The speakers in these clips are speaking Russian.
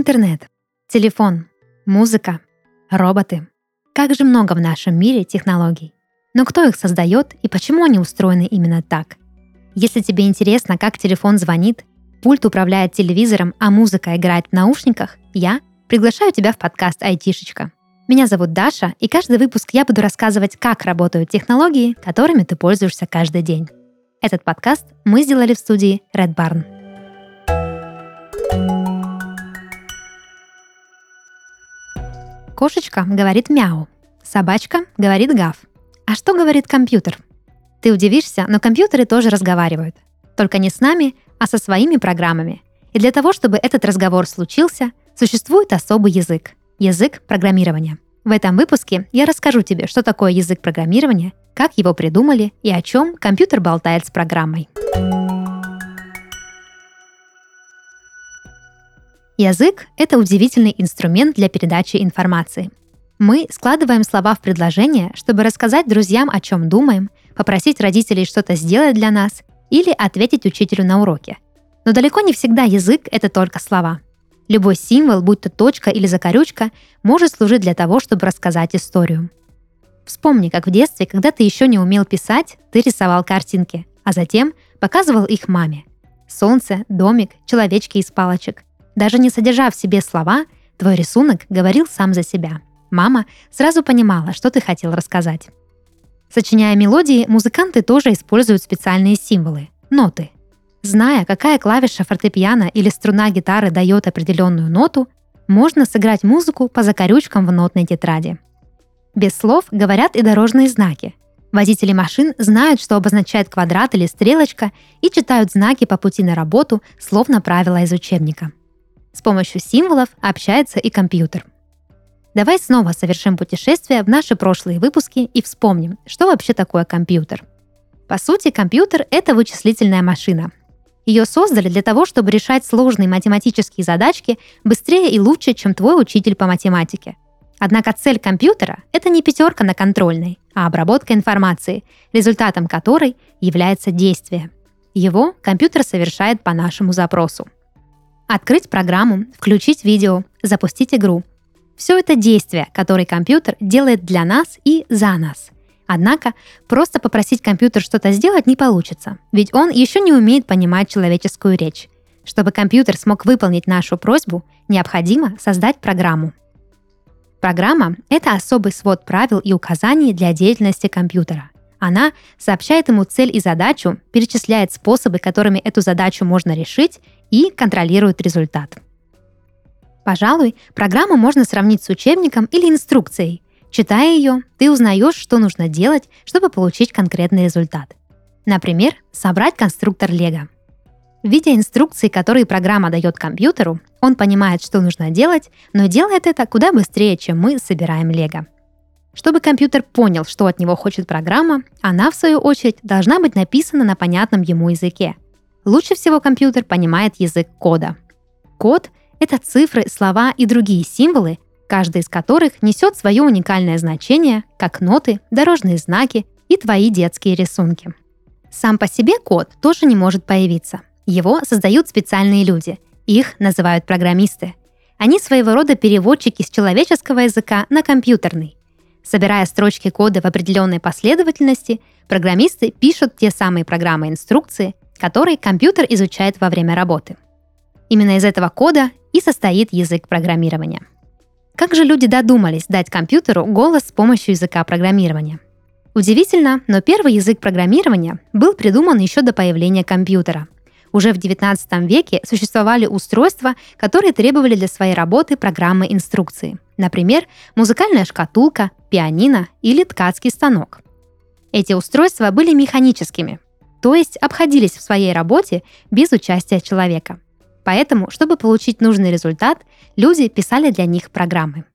Интернет, телефон, музыка, роботы. Как же много в нашем мире технологий. Но кто их создает и почему они устроены именно так? Если тебе интересно, как телефон звонит, пульт управляет телевизором, а музыка играет в наушниках, я приглашаю тебя в подкаст «Айтишечка». Меня зовут Даша, и каждый выпуск я буду рассказывать, как работают технологии, которыми ты пользуешься каждый день. Этот подкаст мы сделали в студии Red Barn. Кошечка говорит мяу, собачка говорит гав. А что говорит компьютер? Ты удивишься, но компьютеры тоже разговаривают. Только не с нами, а со своими программами. И для того, чтобы этот разговор случился, существует особый язык – язык программирования. В этом выпуске я расскажу тебе, что такое язык программирования, как его придумали и о чем компьютер болтает с программой. Язык – это удивительный инструмент для передачи информации. Мы складываем слова в предложения, чтобы рассказать друзьям, о чем думаем, попросить родителей что-то сделать для нас или ответить учителю на уроке. Но далеко не всегда язык – это только слова. Любой символ, будь то точка или закорючка, может служить для того, чтобы рассказать историю. Вспомни, как в детстве, когда ты еще не умел писать, ты рисовал картинки, а затем показывал их маме. Солнце, домик, человечки из палочек. Даже не содержа в себе слова, твой рисунок говорил сам за себя. Мама сразу понимала, что ты хотел рассказать. Сочиняя мелодии, музыканты тоже используют специальные символы – ноты. Зная, какая клавиша фортепиано или струна гитары дает определенную ноту, можно сыграть музыку по закорючкам в нотной тетради. Без слов говорят и дорожные знаки. Водители машин знают, что обозначает квадрат или стрелочка, и читают знаки по пути на работу, словно правила из учебника. С помощью символов общается и компьютер. Давай снова совершим путешествие в наши прошлые выпуски и вспомним, что вообще такое компьютер. По сути, компьютер — это вычислительная машина. Ее создали для того, чтобы решать сложные математические задачки быстрее и лучше, чем твой учитель по математике. Однако цель компьютера — это не пятерка на контрольной, а обработка информации, результатом которой является действие. Его компьютер совершает по нашему запросу. Открыть программу, включить видео, запустить игру. Все это действия, которые компьютер делает для нас и за нас. Однако просто попросить компьютер что-то сделать не получится, ведь он еще не умеет понимать человеческую речь. Чтобы компьютер смог выполнить нашу просьбу, необходимо создать программу. Программа — это особый свод правил и указаний для деятельности компьютера. Она сообщает ему цель и задачу, перечисляет способы, которыми эту задачу можно решить, и контролирует результат. Пожалуй, программу можно сравнить с учебником или инструкцией. Читая ее, ты узнаешь, что нужно делать, чтобы получить конкретный результат. Например, собрать конструктор Лего. Видя инструкции, которые программа дает компьютеру, он понимает, что нужно делать, но делает это куда быстрее, чем мы собираем Лего. Чтобы компьютер понял, что от него хочет программа, она, в свою очередь, должна быть написана на понятном ему языке. Лучше всего компьютер понимает язык кода. Код — это цифры, слова и другие символы, каждый из которых несет свое уникальное значение, как ноты, дорожные знаки и твои детские рисунки. Сам по себе код тоже не может появиться. Его создают специальные люди. Их называют программисты. Они своего рода переводчики с человеческого языка на компьютерный. Собирая строчки кода в определенной последовательности, программисты пишут те самые программы-инструкции, которые компьютер изучает во время работы. Именно из этого кода и состоит язык программирования. Как же люди додумались дать компьютеру голос с помощью языка программирования? Удивительно, но первый язык программирования был придуман еще до появления компьютера. Уже в XIX веке существовали устройства, которые требовали для своей работы программы-инструкции. Например, музыкальная шкатулка, пианино или ткацкий станок. Эти устройства были механическими, то есть обходились в своей работе без участия человека. Поэтому, чтобы получить нужный результат, люди писали для них программы.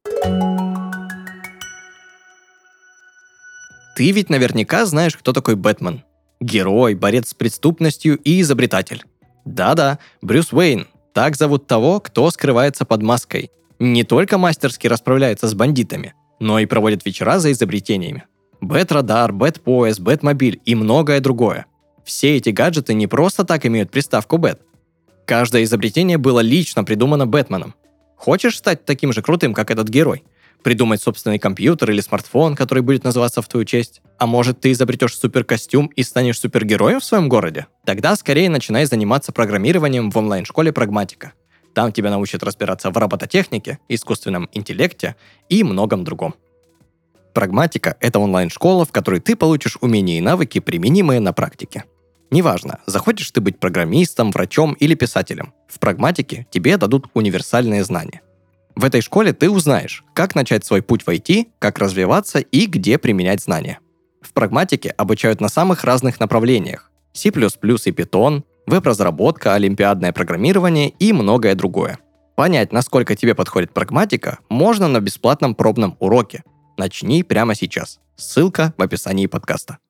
Ты ведь наверняка знаешь, кто такой Бэтмен. Герой, борец с преступностью и изобретатель. Да-да, Брюс Уэйн. Так зовут того, кто скрывается под маской. Не только мастерски расправляется с бандитами, но и проводит вечера за изобретениями. Бэт-радар, Бэт-пояс, Бэт-мобиль и многое другое. Все эти гаджеты не просто так имеют приставку «Бэт». Каждое изобретение было лично придумано Бэтменом. Хочешь стать таким же крутым, как этот герой? Придумать собственный компьютер или смартфон, который будет называться в твою честь? А может, ты изобретешь суперкостюм и станешь супергероем в своем городе? Тогда скорее начинай заниматься программированием в онлайн-школе «Прагматика». Там тебя научат разбираться в робототехнике, искусственном интеллекте и многом другом. «Прагматика» — это онлайн-школа, в которой ты получишь умения и навыки, применимые на практике. Неважно, захочешь ты быть программистом, врачом или писателем. В «Прагматике» тебе дадут универсальные знания. В этой школе ты узнаешь, как начать свой путь в IT, как развиваться и где применять знания. В «Прагматике» обучают на самых разных направлениях: C++ и Python, веб-разработка, олимпиадное программирование и многое другое. Понять, насколько тебе подходит «Прагматика», можно на бесплатном пробном уроке. Начни прямо сейчас. Ссылка в описании подкаста.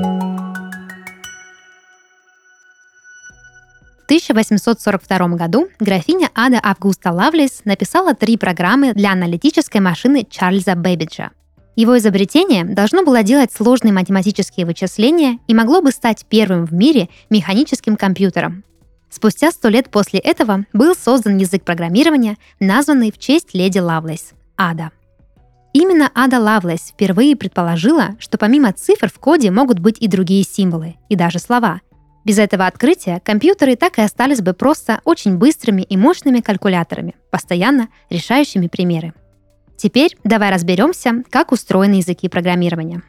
В 1842 году графиня Ада Августа Лавлейс написала 3 программы для аналитической машины Чарльза Бэббиджа. Его изобретение должно было делать сложные математические вычисления и могло бы стать первым в мире механическим компьютером. Спустя 100 лет после этого был создан язык программирования, названный в честь леди Лавлейс – Ада. Именно Ада Лавлейс впервые предположила, что помимо цифр в коде могут быть и другие символы, и даже слова. Без этого открытия компьютеры так и остались бы просто очень быстрыми и мощными калькуляторами, постоянно решающими примеры. Теперь давай разберемся, как устроены языки программирования.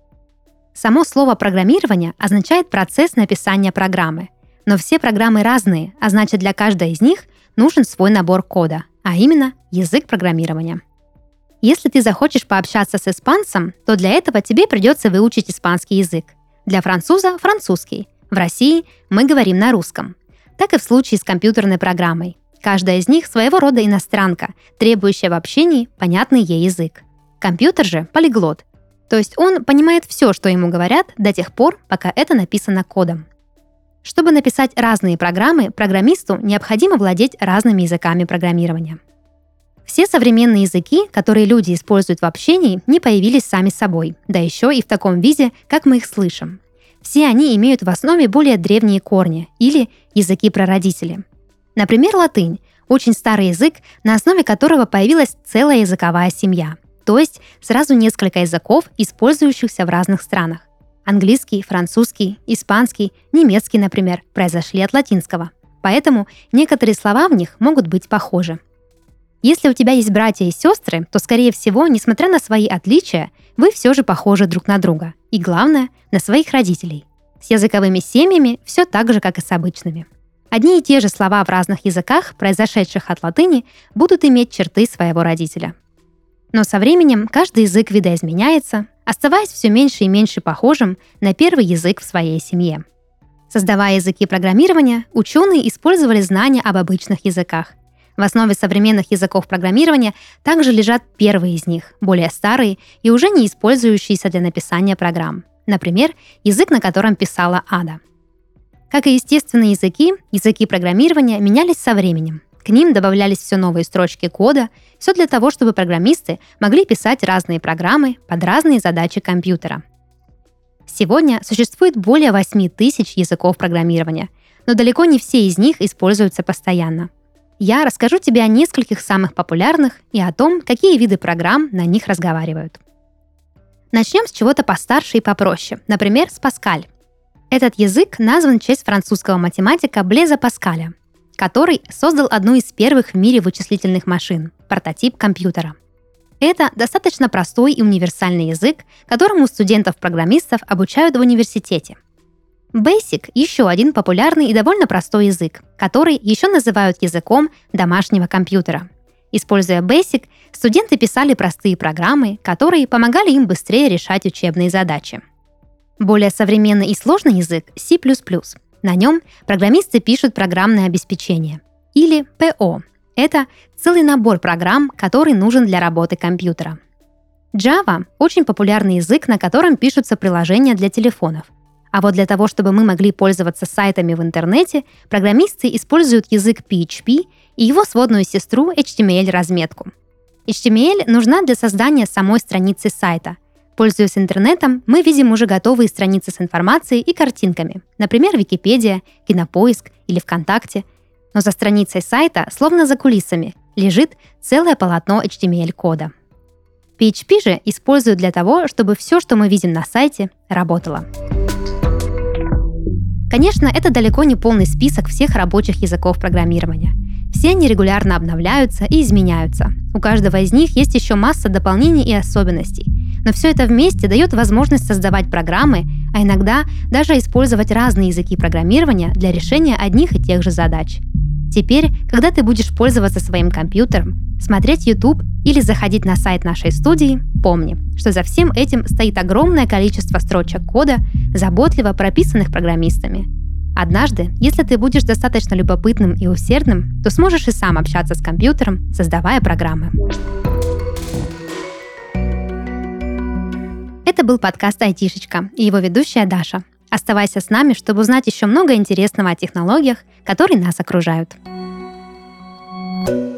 Само слово «программирование» означает процесс написания программы. Но все программы разные, а значит, для каждой из них нужен свой набор кода, а именно язык программирования. Если ты захочешь пообщаться с испанцем, то для этого тебе придется выучить испанский язык. Для француза – французский. В России мы говорим на русском. Так и в случае с компьютерной программой. Каждая из них своего рода иностранка, требующая в общении понятный ей язык. Компьютер же – полиглот. То есть он понимает все, что ему говорят, до тех пор, пока это написано кодом. Чтобы написать разные программы, программисту необходимо владеть разными языками программирования. Все современные языки, которые люди используют в общении, не появились сами собой, да еще и в таком виде, как мы их слышим. Все они имеют в основе более древние корни или языки-прародители. Например, латынь – очень старый язык, на основе которого появилась целая языковая семья, то есть сразу несколько языков, использующихся в разных странах. Английский, французский, испанский, немецкий, например, произошли от латинского, поэтому некоторые слова в них могут быть похожи. Если у тебя есть братья и сестры, то, скорее всего, несмотря на свои отличия, вы все же похожи друг на друга. И главное, на своих родителей. С языковыми семьями все так же, как и с обычными. Одни и те же слова в разных языках, произошедших от латыни, будут иметь черты своего родителя. Но со временем каждый язык видоизменяется, оставаясь все меньше и меньше похожим на первый язык в своей семье. Создавая языки программирования, ученые использовали знания об обычных языках. В основе современных языков программирования также лежат первые из них, более старые и уже не использующиеся для написания программ. Например, язык, на котором писала Ада. Как и естественные языки, языки программирования менялись со временем. К ним добавлялись все новые строчки кода, все для того, чтобы программисты могли писать разные программы под разные задачи компьютера. Сегодня существует более 8000 языков программирования, но далеко не все из них используются постоянно. Я расскажу тебе о нескольких самых популярных и о том, какие виды программ на них разговаривают. Начнем с чего-то постарше и попроще, например, с Паскаль. Этот язык назван в честь французского математика Блеза Паскаля, который создал одну из первых в мире вычислительных машин – прототип компьютера. Это достаточно простой и универсальный язык, которому студентов-программистов обучают в университете. Basic – еще один популярный и довольно простой язык, который еще называют языком домашнего компьютера. Используя Basic, студенты писали простые программы, которые помогали им быстрее решать учебные задачи. Более современный и сложный язык – C++. На нем программисты пишут программное обеспечение. Или PO – это целый набор программ, который нужен для работы компьютера. Java – очень популярный язык, на котором пишутся приложения для телефонов. А вот для того, чтобы мы могли пользоваться сайтами в интернете, программисты используют язык PHP и его сводную сестру HTML-разметку. HTML нужна для создания самой страницы сайта. Пользуясь интернетом, мы видим уже готовые страницы с информацией и картинками, например, Википедия, Кинопоиск или ВКонтакте. Но за страницей сайта, словно за кулисами, лежит целое полотно HTML-кода. PHP же используют для того, чтобы все, что мы видим на сайте, работало. Конечно, это далеко не полный список всех рабочих языков программирования. Все они регулярно обновляются и изменяются. У каждого из них есть еще масса дополнений и особенностей. Но все это вместе дает возможность создавать программы, а иногда даже использовать разные языки программирования для решения одних и тех же задач. Теперь, когда ты будешь пользоваться своим компьютером, смотреть YouTube или заходить на сайт нашей студии, помни, что за всем этим стоит огромное количество строчек кода, заботливо прописанных программистами. Однажды, если ты будешь достаточно любопытным и усердным, то сможешь и сам общаться с компьютером, создавая программы. Это был подкаст «Айтишечка» и его ведущая Даша. Оставайся с нами, чтобы узнать еще много интересного о технологиях, которые нас окружают.